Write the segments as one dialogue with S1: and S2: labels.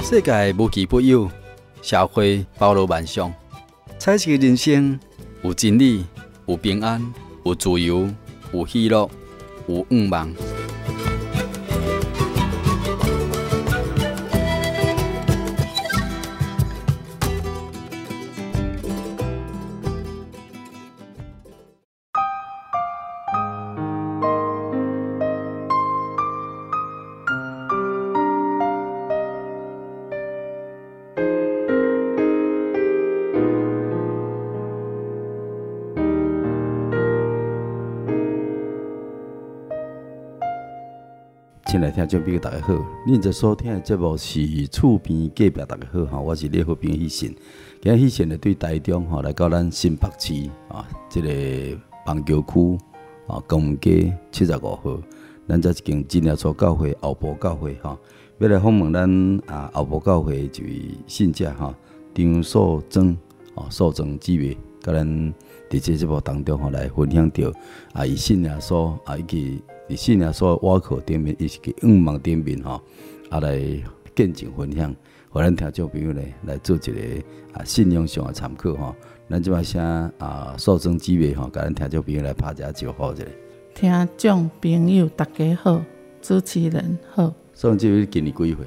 S1: 世界无奇不有，社会包罗万象。彩色的人生有真理，有平安，有自由，有喜乐，有愿望。
S2: 亲爱的听众朋友，大家好！恁在收听的节目是《厝边隔壁》，大家好，我是你好朋友许信。今日许信呢，对台中来到咱新北市这个邦桥区公园街75号，咱这一间真耶稣教会后埔教会要来访问咱后埔教会一位信者张素庄素庄姊妹，甲咱伫这节目当中来分享到伊信耶稣以及伫信仰所瓦口顶面，以及愿望顶面来见证分享，互咱听众朋友来做一个信仰上的参考咱即摆请素庄姊妹甲咱听众朋友来拍一下招呼一下。
S3: 听众朋友大家好，主持人好。
S2: 素庄姊妹今年几岁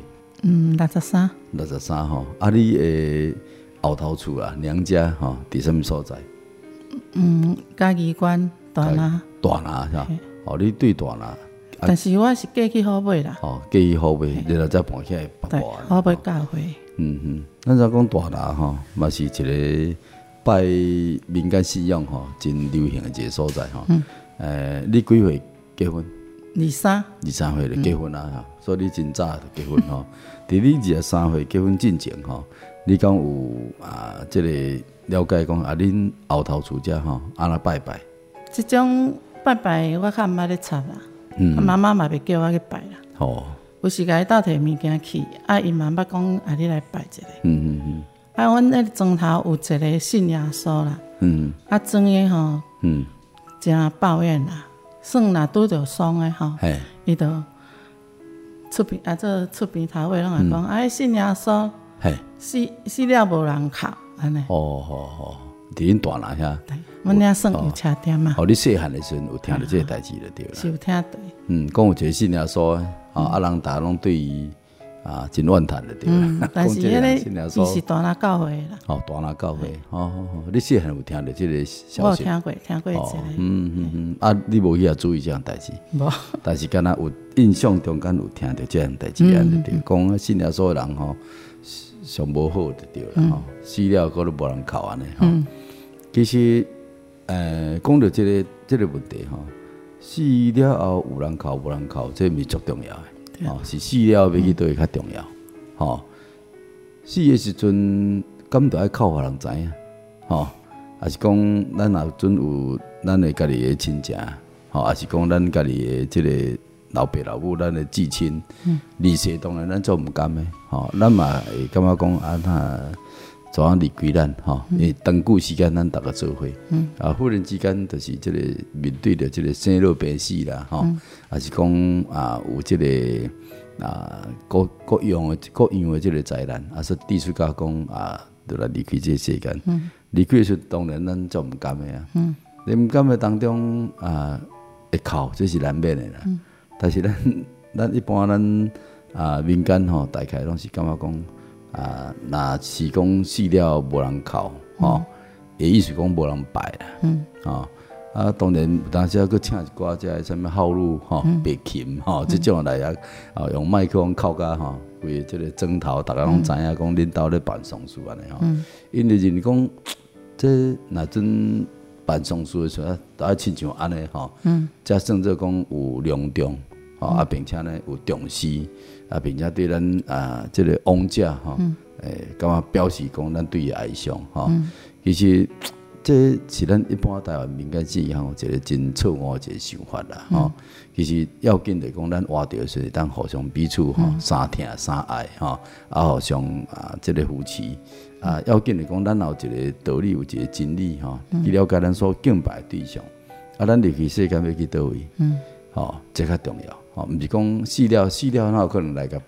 S3: ？63。
S2: 63你的后头厝娘家伫什么所在？
S3: 嘉义县大拿。
S2: 大拿是吧？你对大拿，
S3: 但是我是过去好买啦。
S2: 过去好买，然后再搬起来北大。
S3: 好买教会。
S2: 咱再讲大拿嘛是一个拜民间信仰真流行的一个所在你几岁结婚
S3: ？23
S2: 岁就结婚啦所以你真早就结婚伫你23岁结婚之前你敢有这个了解讲恁后头厝遮安怎拜拜？
S3: 这种拜拜我较毋捌咧插啦，妈妈嘛袂叫我去拜啦。有时甲伊斗摕物件去，伊嘛捌讲你来拜一个。阮迄庄头有一个信耶稣啦，庄个真抱怨啦，算若拄着爽的伊就出边做出边头尾拢会讲，信耶稣，死了无人哭安尼。
S2: 伫恁大拿遐，
S3: 阮遐算有车店嘛。
S2: 你细汉的时阵有听到这个代志就对了。
S3: 是有听对。
S2: 讲有一个信耶稣人大拢对伊真怨叹就对了。
S3: 但是迄个伊是大拿教会啦。
S2: 大拿教会，你细汉有听到这个消息？
S3: 我有听过一个。
S2: 你无去注意这样代志？
S3: 无。
S2: 但是敢若有印象中间有听到这样代志安就对。讲信耶稣的人上无好就对了死了佫都无人哭安尼其实讲到这个问题死了后有人哭无人哭，这毋是足重要的是死了要去倒位较重要死的时阵敢着爱哭互人知影还是讲咱若准有咱的家己的亲情还是讲咱家己的这个老爸老母，咱的至亲离世，当然咱做毋甘的咱嘛会感觉讲怎样离开咱因为长久时间咱大家做伙忽然之间就是这个面对着这个生老病死啦还是讲有这个各样的这个灾难说地术家讲就来离开这个世间离开的时候当然咱做毋甘的你毋甘的当中会哭，这是难免的啦但是咱一般咱民间大概拢是感觉讲若是讲死了无人哭的意思讲无人拜啦当然有当时佫请一寡遮什么号路白琴这种来用麦克风靠甲为这个庄头，大家拢知影讲恁兜咧办丧事安尼因为人讲这若真办丧事的时候，都要亲像安尼才算做讲有隆重并且呢有重视并且对咱这个亡者感觉表示讲咱对伊哀伤其实这是咱一般台湾民间信仰一个真错误的一个想法啦其实要紧的讲咱活着的时候，当互相彼此相疼相爱互相这个扶持要紧的讲咱有一个道理，有一个真理去了解咱所敬拜的对象咱离开世间要去倒位这较重要毋是讲死了哪有可能来甲拜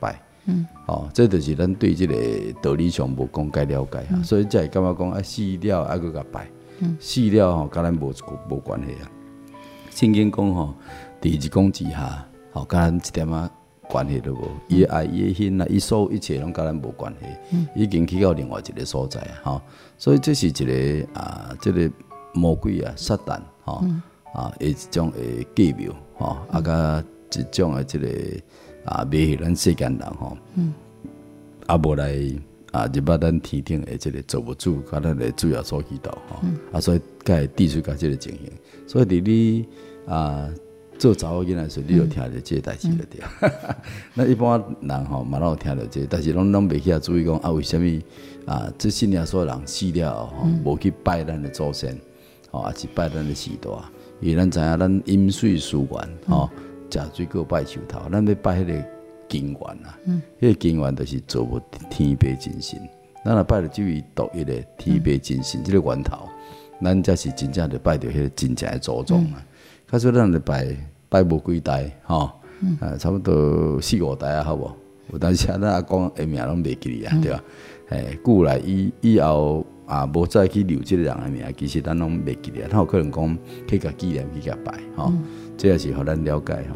S2: 这就是咱对这个道理上无讲介了解所以才会感觉讲死了还佫甲拜，死了甲咱无关系啊。圣经讲伫日光之下，甲咱一点仔关系都无。伊的爱、伊的心啊，伊所有一切拢甲咱无关系，已经去到另外一个所在所以这是一个这个魔鬼撒旦一种的计谋甲一种的这个迷惑咱世间人无来入捌咱天顶的这个造物主，甲咱的主要所祈祷所以才会递出甲这个情形。所以伫你做查某囡仔时，你就听着这个代志就对。那一般人嘛拢有听着这个，但是拢袂去注意讲为什么这信仰所有人死了无去拜咱的祖先还是拜咱的时代？因为咱知影咱饮水思源食水果拜树头，咱要拜迄个根源迄个根源就是造物天父真神。咱若拜着这位独一的天父真神这个源头，咱才是真正着拜着迄个真正的祖宗假说咱就拜无几代差不多4-5代好无？有当时咱阿公的名拢袂记对吧？久来以后无再去留这个人的名，其实咱拢袂记咱有可能讲去甲纪念去甲拜这也是互咱了解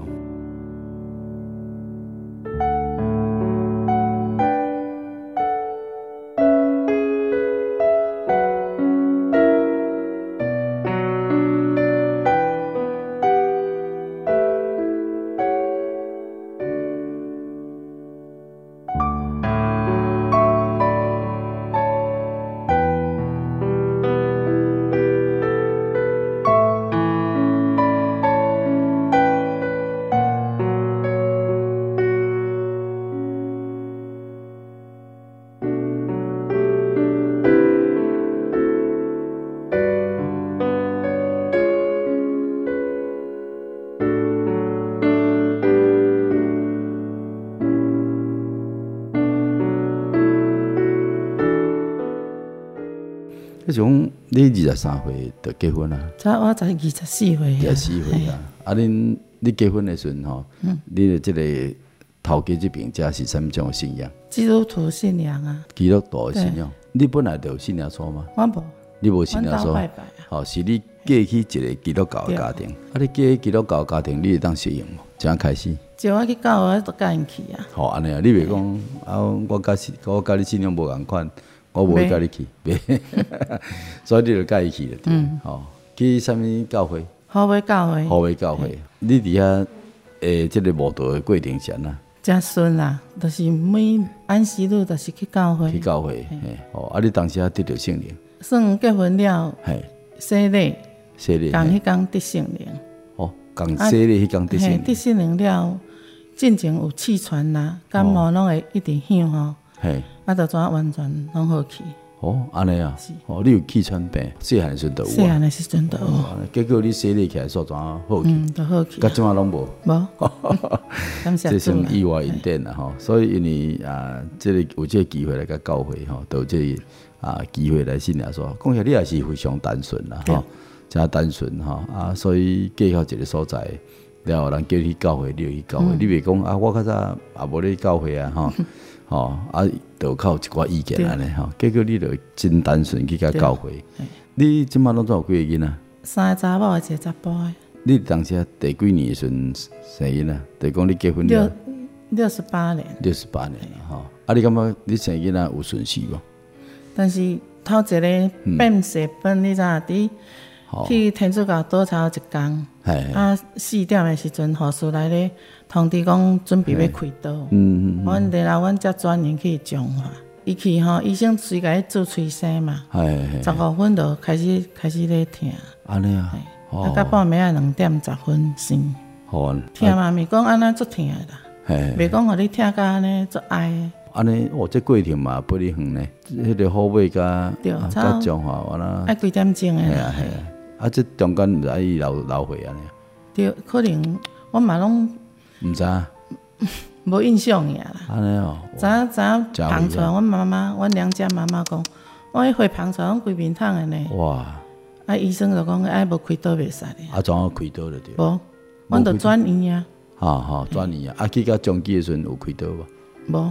S2: 迄种你23岁就结婚啊？
S3: 我才24岁
S2: 24岁你结婚的时阵你的这个头家这边家是什么种信仰？
S3: 基督徒信仰
S2: 基督徒的信仰。你本来就有信仰所吗？
S3: 我无。
S2: 你无信仰所？是你嫁去一个基督教的家庭。你嫁去基督教的家庭，你会当适应无？怎样开始？
S3: 就我去教会，就教因去
S2: 安尼你袂讲我甲你信仰无共款。我无会甲你去，所以你就介意去了。去什么教会？
S3: 好威教会。
S2: 好威教会，你伫遐这个慕道的过程是安怎？
S3: 真顺啦，就是每安息日就是去教会。
S2: 去教会，你当时得到圣灵。
S3: 算结婚了，洗礼，刚迄天得圣灵。
S2: 刚洗礼迄天得圣灵。
S3: 得圣灵了，进前有气喘啦，感冒拢会一直响就怎完全拢好去。
S2: 安尼你有气喘病，细汉的时阵就有。
S3: 细汉的时阵就有。
S2: 结果你洗礼起来煞怎好去？
S3: 就好去。
S2: 甲即马拢无。
S3: 无。
S2: 这算意外因典啦所以因为这个有这个机会来甲教会都有这个机会来信仰所。讲起来你也是非常单纯啦真单纯所以嫁到一个所在。然后人叫你去教会，你就去教会。你袂讲我较早也无咧教会就靠一寡意见安尼结果你就真单纯去甲教会。你即马拢总有几个囡仔？
S3: 3个查某，一个查甫的。
S2: 你当时第几年的时阵生囡仔？就讲你结婚了
S3: 68年。
S2: 68年你感觉你生囡仔有顺序无？
S3: 但是头一个变色本，你知影？去天主教倒头一天，4点的时阵，护士来咧通知讲准备要开刀。阮然后阮才转院去彰化，伊去医生随甲伊做催生嘛，15分就开始咧疼。
S2: 安尼
S3: 到半暝2点10分生。疼嘛，咪讲安尼足疼的啦，袂讲互你疼甲安尼足哀的。
S2: 安尼这过程嘛不哩远呢，迄个虎尾甲彰化完啦，
S3: 爱几点钟的啦。
S2: 这中间毋知伊流血安尼。
S3: 对，可能我嘛拢
S2: 毋知影，
S3: 无印象呀啦。
S2: 安尼
S3: 知影碰出来，阮妈妈，阮娘家妈妈讲，我迄血碰出来，拢规面痛的呢。哇！医生就讲，无开刀袂使咧。
S2: 怎样开刀就对？
S3: 无，阮就转院啊。
S2: 转院去到中期的时阵有开刀无？
S3: 无。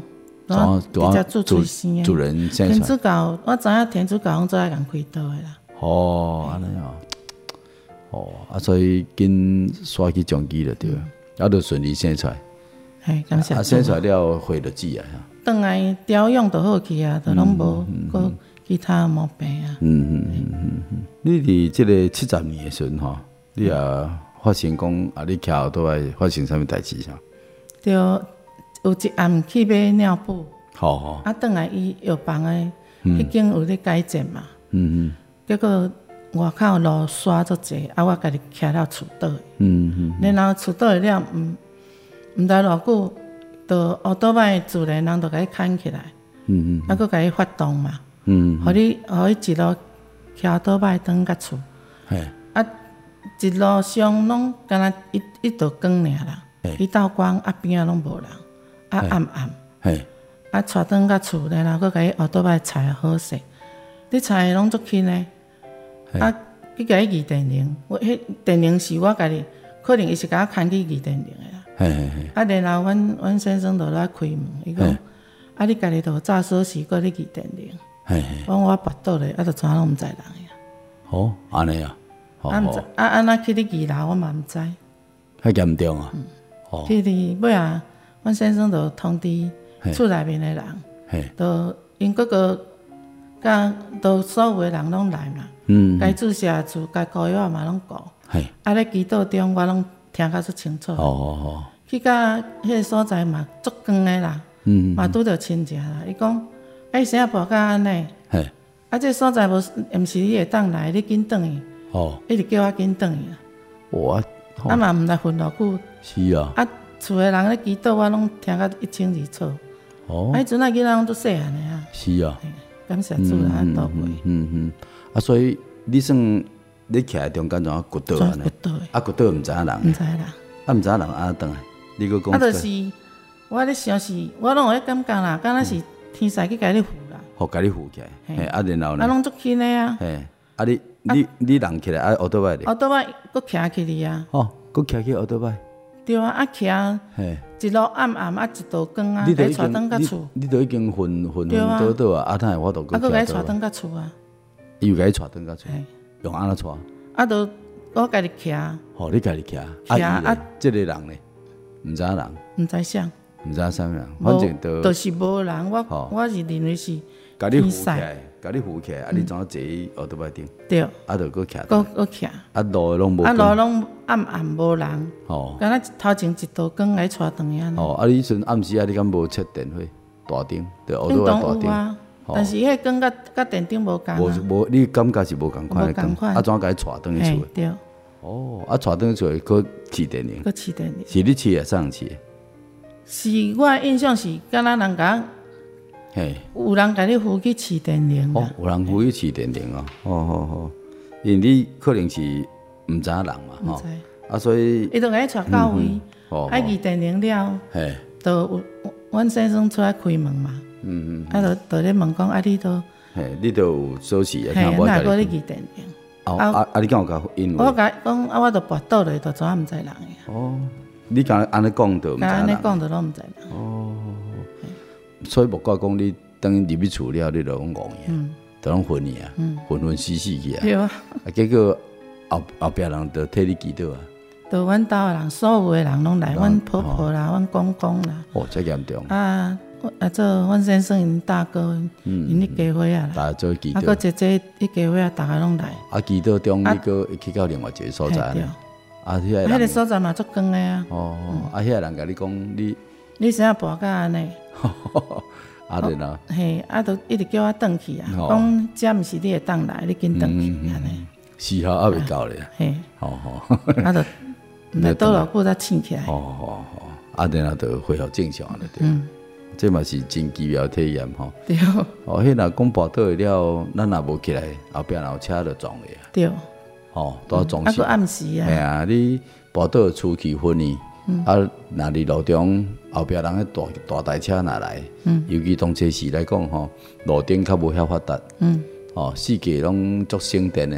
S3: 直接做嘴生的。
S2: 主人生
S3: 天
S2: 出来。
S3: 主教，我知影天主教拢做爱共开刀的啦。
S2: 安尼所以紧刷去中基就对了，就顺利生出来。
S3: 感谢主。
S2: 生出来了，血就止啊。
S3: 转来调养就好去啊，就拢无个其他毛病啊。
S2: 你伫即个70年的时阵你也发生讲你徛后倒来发生啥物代志啥？
S3: 就有一暗去买尿布，转来伊药房的已经有咧改建嘛。结果外口路沙足济，我家己徛了厝倒。然后厝倒了，毋知偌久，就乌倒摆自然人就甲伊牵起来，搁甲伊发动嘛，互伊一路徛倒摆转甲厝，一路上拢敢若一道光尔啦，伊斗光边仔拢无人，暗，带转甲厝，然后搁甲伊乌倒摆踩好势，你踩拢足轻的。去甲伊移电铃，迄电铃是我家己，可能伊是甲我牵去移电铃的啦。然后阮先生就来开门，伊讲，你家己就炸锁匙，搁咧移电铃。我跋倒咧，就怎拢毋知人呀。
S2: 安尼啊。
S3: 安那去咧二楼，我嘛毋知。
S2: 较严重啊。
S3: 去哩尾啊，阮先生就通知厝内面的人，就因哥哥甲都所有的人拢来嘛。该注射注，该膏药嘛拢顾。咧祈祷中，我拢听较足清楚。去到迄个所在嘛，足光的啦，嘛拄着亲戚啦。伊讲，啥跋到安尼？这所在毋是你会当来，你紧转去。一直叫我紧转去。嘛毋来混偌久。
S2: 是啊。
S3: 厝的人咧祈祷，我拢听较一清二楚。迄阵囡仔拢足细汉的啊。
S2: 是啊。
S3: 感谢主啊，倒过。
S2: 所以你算你徛中间怎骨倒安尼？骨倒毋知影人。
S3: 毋知人。
S2: 毋知影人转来，你搁讲。
S3: 就是我咧想是，我拢有咧感觉啦，敢若是天使去甲你扶啦。
S2: 甲你扶起来。然后呢？
S3: 拢足轻的啊。
S2: 你人起来乌倒摆咧？
S3: 乌倒摆搁徛起哩啊。
S2: 搁徛去乌倒摆。
S3: 对啊，徛一路暗一道光啊，甲伊带转甲厝。
S2: 你都已经昏倒啊，哪会我都搁
S3: 甲伊带转甲厝啊。
S2: 又甲伊带转甲厝，用安怎带？
S3: 就我家己徛。
S2: 你家己徛。这个人呢？毋知影人。
S3: 毋知啥。
S2: 毋知啥人，反正
S3: 就是无人。我是认为是
S2: 天使。甲你扶起来，你怎坐乌倒摆顶？
S3: 对。
S2: 就搁徛。
S3: 搁徛。
S2: 路拢无。
S3: 路拢暗无人。敢若头前一道光来带转去安尼。
S2: 你迄阵暗时你敢无切电火？大顶，就乌倒摆大顶。
S3: 但是迄光甲电顶无共。
S2: 无，你感觉是无共款的光。怎甲伊带转去厝？
S3: 对。
S2: 带转去厝，搁试电铃。
S3: 搁试电铃。
S2: 是你试的，啥人试的？
S3: 是我的印象是，敢若人甲。有人甲你扶去试电铃。
S2: 有人扶去试电铃因为你可能是毋知影人嘛，所以
S3: 伊就甲伊带到位，移电铃了，就有阮先生出来开门嘛，就咧问讲，
S2: 你都有锁匙啊？
S3: 哪个咧移电铃？
S2: 你敢有甲因为？
S3: 我甲讲，我就跋倒咧，就怎毋知人个。
S2: 你敢安尼讲就毋知人？
S3: 安尼讲就拢毋知人。
S2: 所以莫怪讲你等入去厝了，你就拢戆去，就拢昏去啊，昏死去啊。
S3: 对啊。
S2: 结果后壁人就替你祈祷啊。
S3: 就阮兜的人，所有的人拢来，阮婆婆啦，阮公公啦。
S2: 这严重。
S3: 做阮先生因大哥，因咧家伙啊啦。
S2: 大家做祈祷。
S3: 搁姐姐伊家伙啊，大家拢来。
S2: 祈祷中，你搁去到另外一个所在呢。
S3: 迄个所在嘛足光的啊。
S2: 迄个人甲你讲
S3: 你啥跋到安尼？
S2: 对啦。
S3: 就一直叫我转去啊，讲这毋是你会当来，你紧转去安尼。
S2: 时候还未到咧。
S3: 就毋知倒偌久才醒起来。
S2: 然后就恢复正常了对。这嘛是真奇妙体验吼。
S3: 对。
S2: 迄若讲跋倒了，咱若无起来，后壁有车就撞去啊。
S3: 对。
S2: 都撞死。
S3: 搁暗时啊。
S2: 你跋倒出去昏去。若伫路中后壁人迄大台车若来，尤其当初时来讲路顶较无遐发达，世界拢足省电的啦，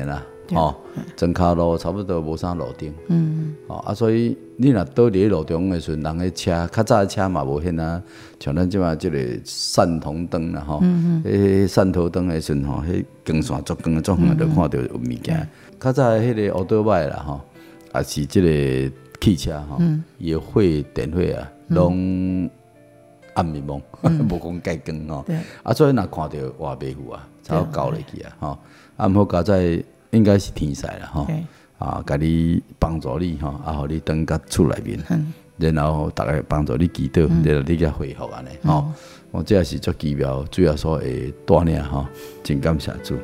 S2: 庄脚路差不多无啥路灯，所以你若倒伫路中的时阵，人的车较早的车嘛无现啊，像咱即马即个散瞳灯啦吼，散头灯的时阵吼，迄光线足光足远就看到有物件。较早的迄个乌多摆啦吼，也是即个汽车吼，伊的火电火啊，拢暗暝蒙，无讲介光吼。所以若看到活袂赴啊，才有交落去啊吼。毋好加在应该是天使啦吼。甲你帮助你吼，互你转到厝内面，然后大家帮助你祈祷，然后你才恢复安尼吼。我这也是足奇妙，主要所会带领吼，真感谢主。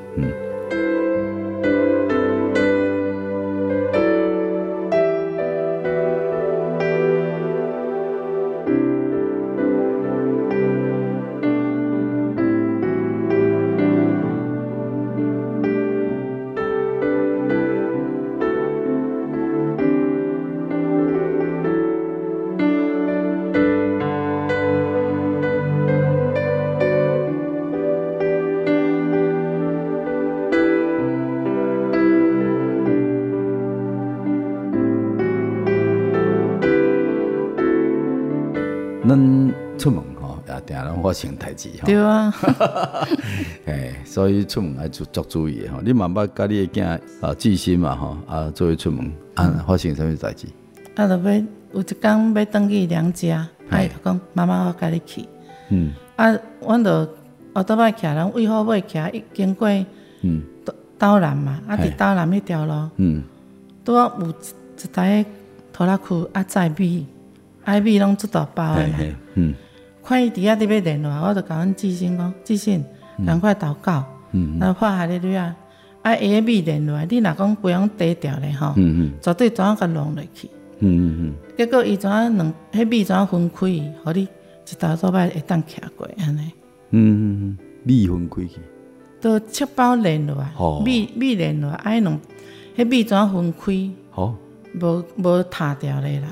S2: 咱出门吼，也定拢发生代志吼。
S3: 对啊，
S2: 所以出门要足注意吼。你慢慢甲你的囝记心嘛吼，做伙出门发生啥物代志？
S3: 就要有一天要转去娘家，就讲妈妈我甲你去。阮就后倒摆徛，人为好尾徛，经过斗南嘛，伫斗南迄条路，拄好有一台拖拉库载米。米拢足大包的嘛，看伊伫遐伫要联络，我就甲阮志信讲，志信，赶快祷告，然后拍哈利路亚，伊个米联络，你若讲不用低调咧吼，绝对怎样甲弄落去，结果伊怎样迄米怎样分开，互你一头倒摆会当徛过安尼，
S2: 米分开去，
S3: 都切包联络啊，米联络，迄米怎样分开，无塌掉咧啦。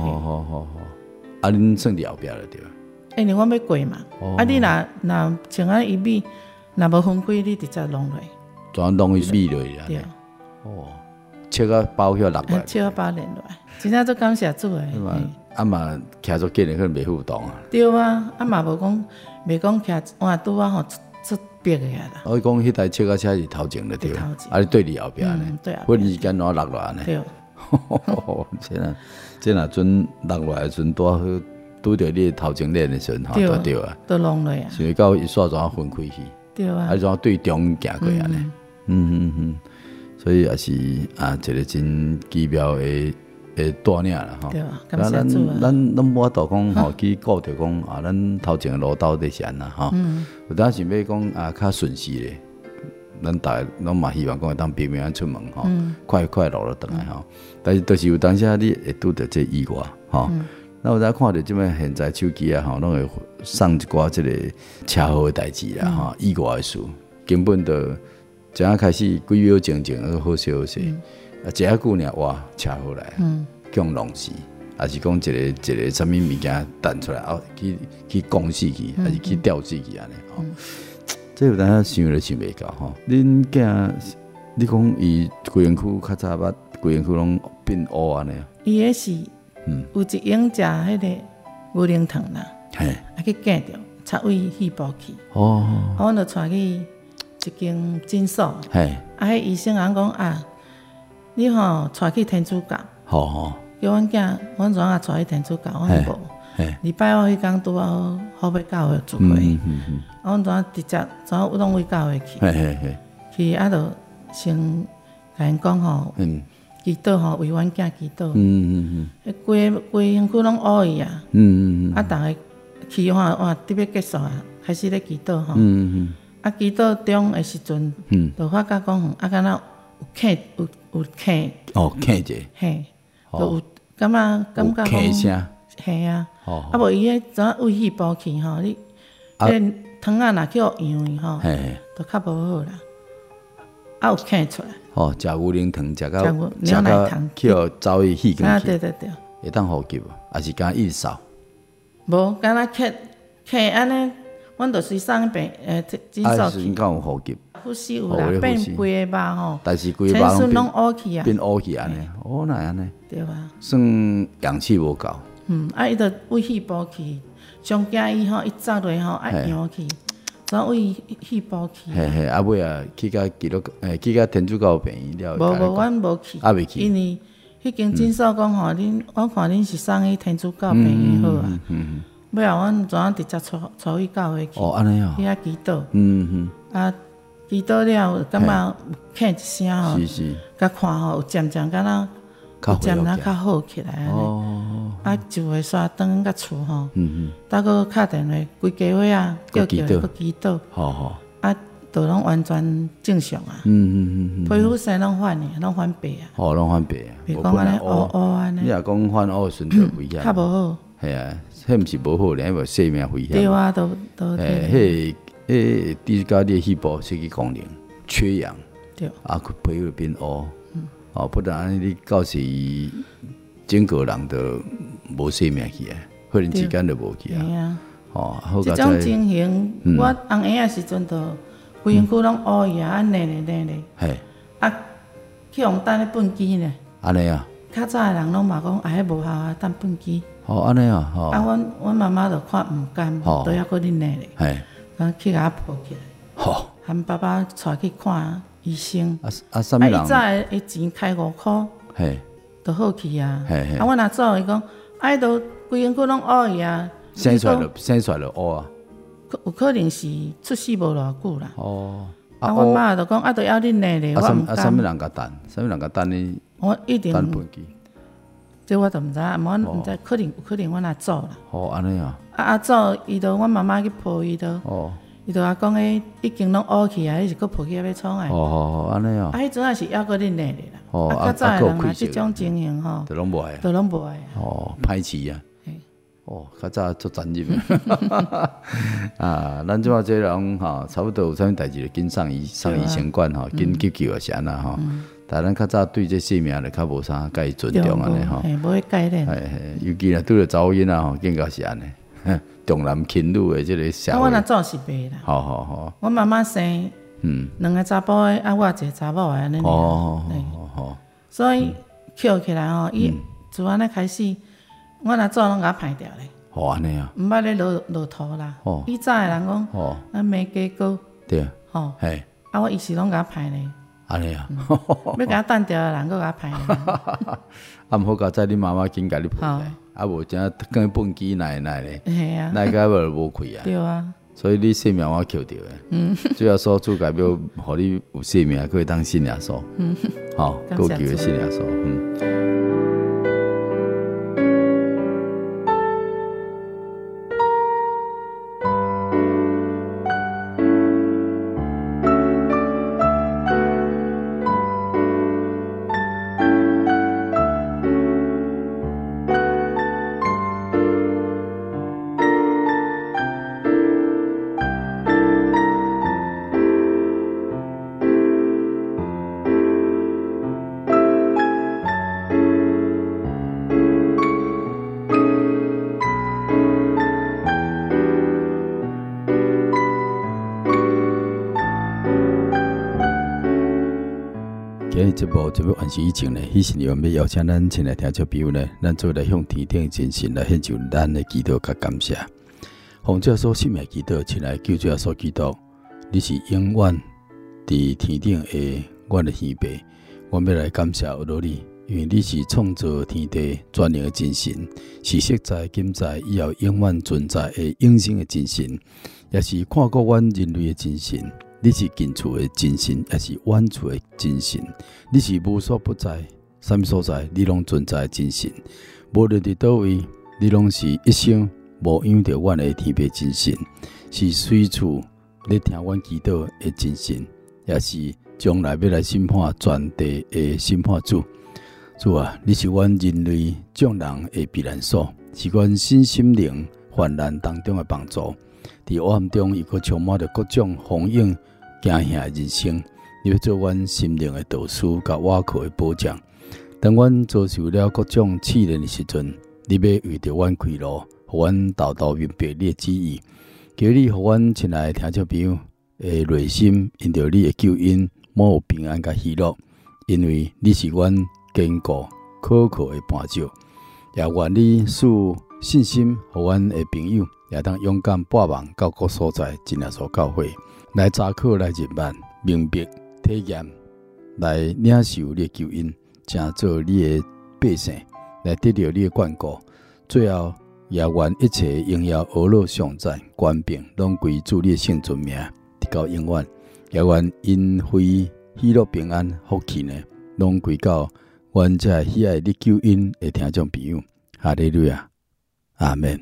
S2: 恁算伫后壁了对吧？
S3: 因为我要过嘛，你若像伊米，若无分开，你直接弄落。
S2: 全弄伊米落去啊？
S3: 对。
S2: 切个包遐落来。
S3: 切个包连落来，真正足感谢主诶。
S2: 嘛徛足紧诶，可能袂互动啊。
S3: 对啊，嘛无讲徛换拄啊吼出逼个啦。
S2: 我讲迄台切个车是头前的对，你对伫后壁呢？
S3: 对啊。
S2: 忽然之间落落来呢？
S3: 对。
S2: 这若阵落落来阵拄着你头前练的时阵，就对啊，
S3: 都弄落啊，
S2: 所到一煞怎分开去，
S3: 对啊，
S2: 怎对中行过安尼，所以也是一个真奇妙的带领啦吼。
S3: 对啊，感谢主啊。
S2: 咱无法度讲去顾着讲咱头前的路到底是安那吼，有当想要讲较顺势咧。咱大家拢嘛希望讲会当平平安出门吼，快快乐乐回来吼。但是就是有当时你会拄着这意外吼。那我才看到即摆现在手机吼，拢会送一寡即个车祸的代志啦吼，意外的事，根本就正开始几秒钟个好消息，一下久尔哇车祸来，强弄死，还是讲一个啥物物件弹出来去攻死去，还是去吊死去安尼吼。这有当下想都想袂到吼，恁囝，你讲伊规园区较早捌规园区拢变乌安尼啊？
S3: 伊个是，有一用食迄个牛奶糖啦，去见着插胃细胞去，阮就带去一间诊所，迄医生讲你带去天主教，叫阮囝，阮怎啊带去天主教，阮无。礼拜五迄天拄好要教会聚会，阮怎直接拢为教会去，去就先甲因讲祈祷为阮囝祈祷，规身躯拢乌去啊，逐个去哇特别结束啊，开始咧祈祷祈禱中的時陣，就發覺講敢若有
S2: 囥者，
S3: 嘿，就有感覺講，嘿啊，無伊迄怎胃氣包起吼，你迄湯啊若去互養伊吼，就較無好啦，有囥出來。
S2: 食牛奶糖，食到去互走去氣管去，
S3: 對，會
S2: 當呼吸，還是敢一直掃？
S3: 無，敢若囥安尼。 阮就随送病诊所去。
S2: 敢有呼吸？
S3: 呼吸有啦，变规个肉吼，
S2: 但是规个肉
S3: 拢乌去啊，
S2: 变乌去安尼，那安尼，
S3: 对吧？
S2: 算氧气无够。
S3: 伊就胃气部去，上惊伊吼，伊走落吼，扬去，所胃气部去。
S2: 嘿，尾啊，去甲去甲天主教病院了。
S3: 无，阮无去，
S2: 未去，
S3: 因为迄间诊所讲吼，我看恁是送去天主教病院好啊。尾后阮怎样直接带去教会去？
S2: 安尼哦，
S3: 去遐祈祷。啊。祈祷了，感觉咳一声吼，甲看吼有渐渐敢若，渐仔较好起来安尼。啊，就会煞转甲厝吼，再搁敲电话，规家伙啊，叫叫搁祈祷。啊，都拢完全正常啊。皮肤线拢反的，拢反白啊。
S2: 拢反白啊。
S3: 袂讲安尼乌乌安尼。
S2: 你若讲反乌顺着危险。
S3: 较无好。
S2: 系啊，迄毋是无好咧，因为生命危险。
S3: 对啊，都。
S2: 伫家己细胞失去功能，缺氧，
S3: 对，
S2: 啊，皮肤变乌，不然安尼你到时整个人都无生命去啊，忽然之间就无去啊。
S3: 即种情形，我红婴仔时阵都规身躯拢乌去啊，黏咧。
S2: 嘿，
S3: 啊，去用等咧粪机呢。
S2: 安尼啊？
S3: 较早的人拢嘛讲，迄无效啊，等粪机。
S2: 安尼啊？
S3: 啊，阮妈妈就看毋甘，都还搁恁咧。
S2: 嘿。
S3: 去甲抱起来，喊爸爸带去看医生。
S2: 啥物人？
S3: 伊早的钱开5块，都好去啊。阮阿祖伊讲，伊都规身躯拢乌去啊。
S2: 生出来就乌啊。
S3: 有可能是出世无偌久啦。阮妈就讲，都要恁奶咧，我毋甘。
S2: 啥物人甲等？啥物人甲等你？
S3: 我一定。
S2: 等本机。
S3: 这我都毋知，阮毋知，可能有可能阮阿祖啦。
S2: 安尼啊。
S3: 阿祖伊都阮妈妈去抱伊都，伊都讲诶，已经拢乌去啊，伊是搁抱去要创诶。
S2: 安尼啊。
S3: 迄阵也是还搁恁奶咧啦。较早诶人嘛，即种情形吼，
S2: 都拢无爱。歹饲啊。较早足残忍啊！咱即马这人差不多有啥物代志就紧送医生馆紧急救啊是安那但咱较早对这生命咧较无啥介尊重安尼
S3: 无去概念。
S2: 尤其若拄着查某囡仔更加是安尼。重男轻女的这个社会。
S3: 阮阿祖是白啦。好。阮妈妈生2个查甫的，我一个查某的安尼。所以捡起来吼，伊自安尼开始，阮阿祖拢甲歹掉咧。
S2: 安尼啊。
S3: 毋捌咧落土啦。以早的人讲，咱买鸡膏。
S2: 对。
S3: 我伊是拢甲歹咧。
S2: 安尼啊。
S3: 要甲等掉的人，搁甲歹咧。
S2: 毋好甲在你妈妈紧甲你抱起来。无真更蹦机奶咧，奶个无开啊，
S3: 对啊，
S2: 所以你生命我捡到诶，主要说主代表，互你有生命，可以当信耶稣，够叫诶信耶稣，节目就要完成以前呢，迄时要邀请咱亲爱听众朋友呢，咱做来向天顶真心来献上咱的祈祷甲感谢。奉主所信的祈祷，亲爱救主所祈祷，你是永远伫天顶的阮的天父，我要来感谢有你，因为你是创造天地全能的真神，是昔在、今在、以后永远存在的永生的真神，也是看顾阮人类的真神。你是近处的真神，也是远处的真神。你是无所不在，什么所在你拢存在的真神。无论伫倒位，你拢是一生无养着阮的天父真神，是随处咧听阮祈祷的真神，也是将来要来审判全地的审判主。主啊，你是阮人类众人的避难所，是阮身心灵患难当中的帮助。伫黑暗中，伊阁充满着各种风影。惊吓人生，你要做阮心灵的导师，甲瓦靠的保障。当阮遭受了各种试炼的时阵，你要为着阮开路，互阮道道明白你的旨意。 求你互阮亲爱的听众朋友的内心因着你的救恩满有平安甲喜乐，因为你是阮坚固可靠的伴照，也愿你使信心互阮的朋友也当勇敢跋望到各所在真耶稣教会来查考来入班明白体验来领受你的救恩，成做你的百姓来得到你的眷顾，最后也愿一切荣耀俄罗上在官兵拢归主你的圣尊名直到永远，也愿因非喜乐平安福气呢拢归到阮这喜爱你救恩的听众朋友。哈利路亚，阿们。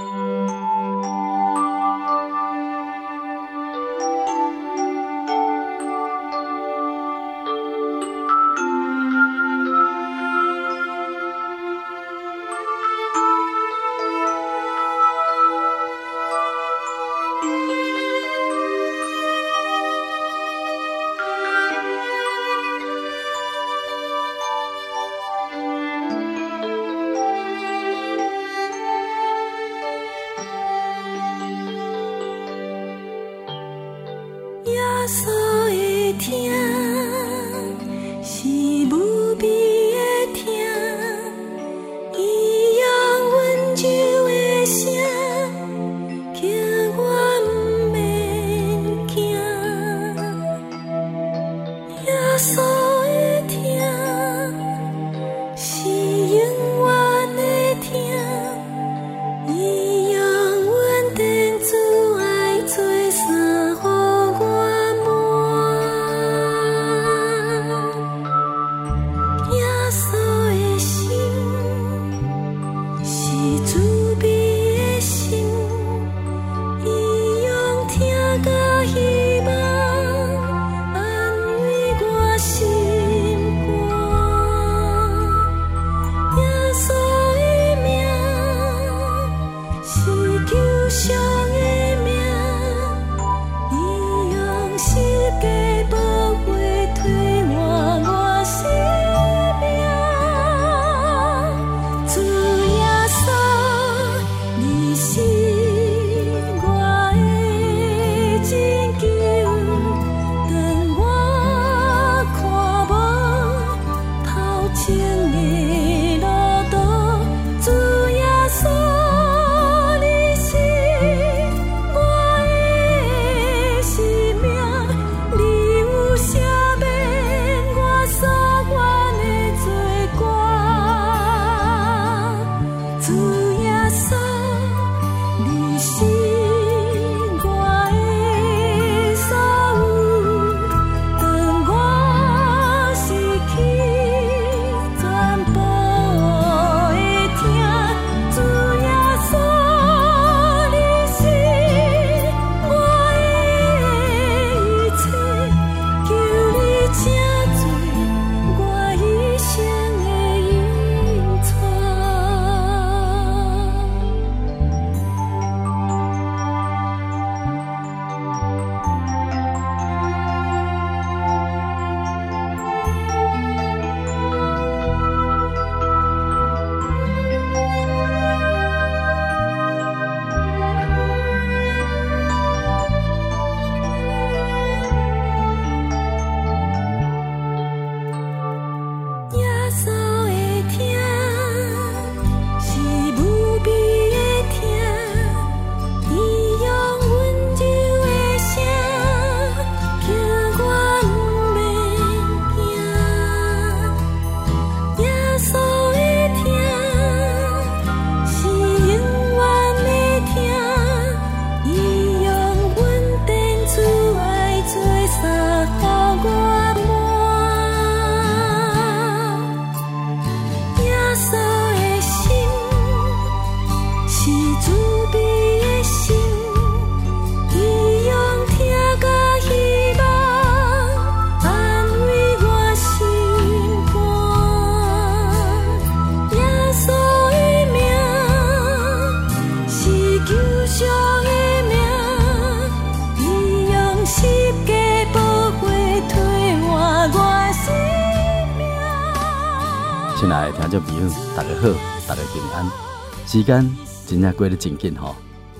S2: 亲爱的听众朋友，大家好，大家平安。时间真正过得真紧吼，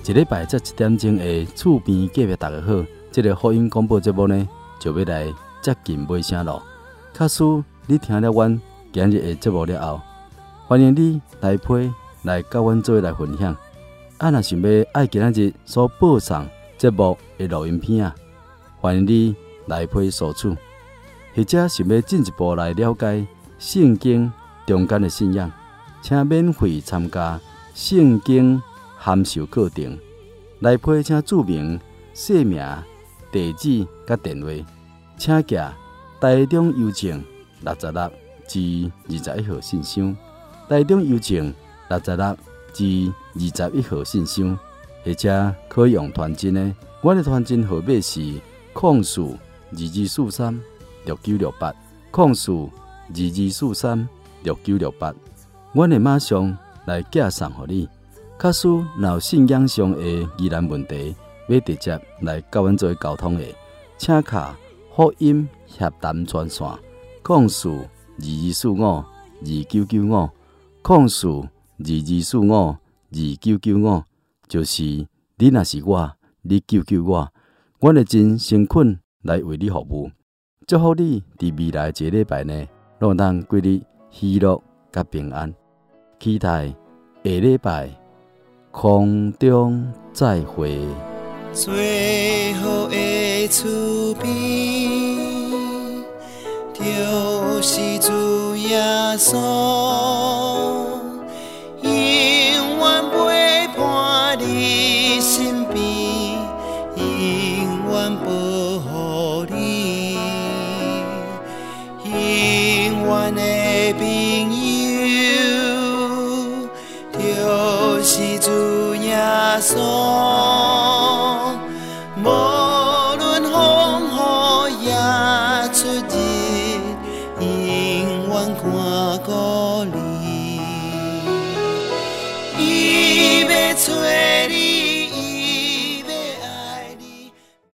S1: 一礼拜才1点钟的厝边隔壁大家好，这个福音广播节目呢，就要来接近尾声咯。假使你听了阮今日的节目了后，欢迎你来批来甲阮做来分享。若想要爱今仔日所播送节目的录音片啊，欢迎你来批索取，或者想要进一步来了解圣经中间的信仰，请免费参加圣经函授课程。来批请注明姓名、地址甲电话，请寄台中邮政66至21号信箱，台中邮政66至21号信箱，或者可以用传真的。我的传真号码是0422436968 0422436968，我会马上来寄送给你。假使有信仰上的疑难问题，要直接来甲阮做沟通的，请卡福音协谈专线0422452995 0422452995，就是你若是我，你救救我，我会真诚恳来为你服务。祝福你伫未来一个礼拜呢，拢当过日喜乐甲平安。期待下礼拜空中再会。
S4: 最后的厝边，就是主耶稣。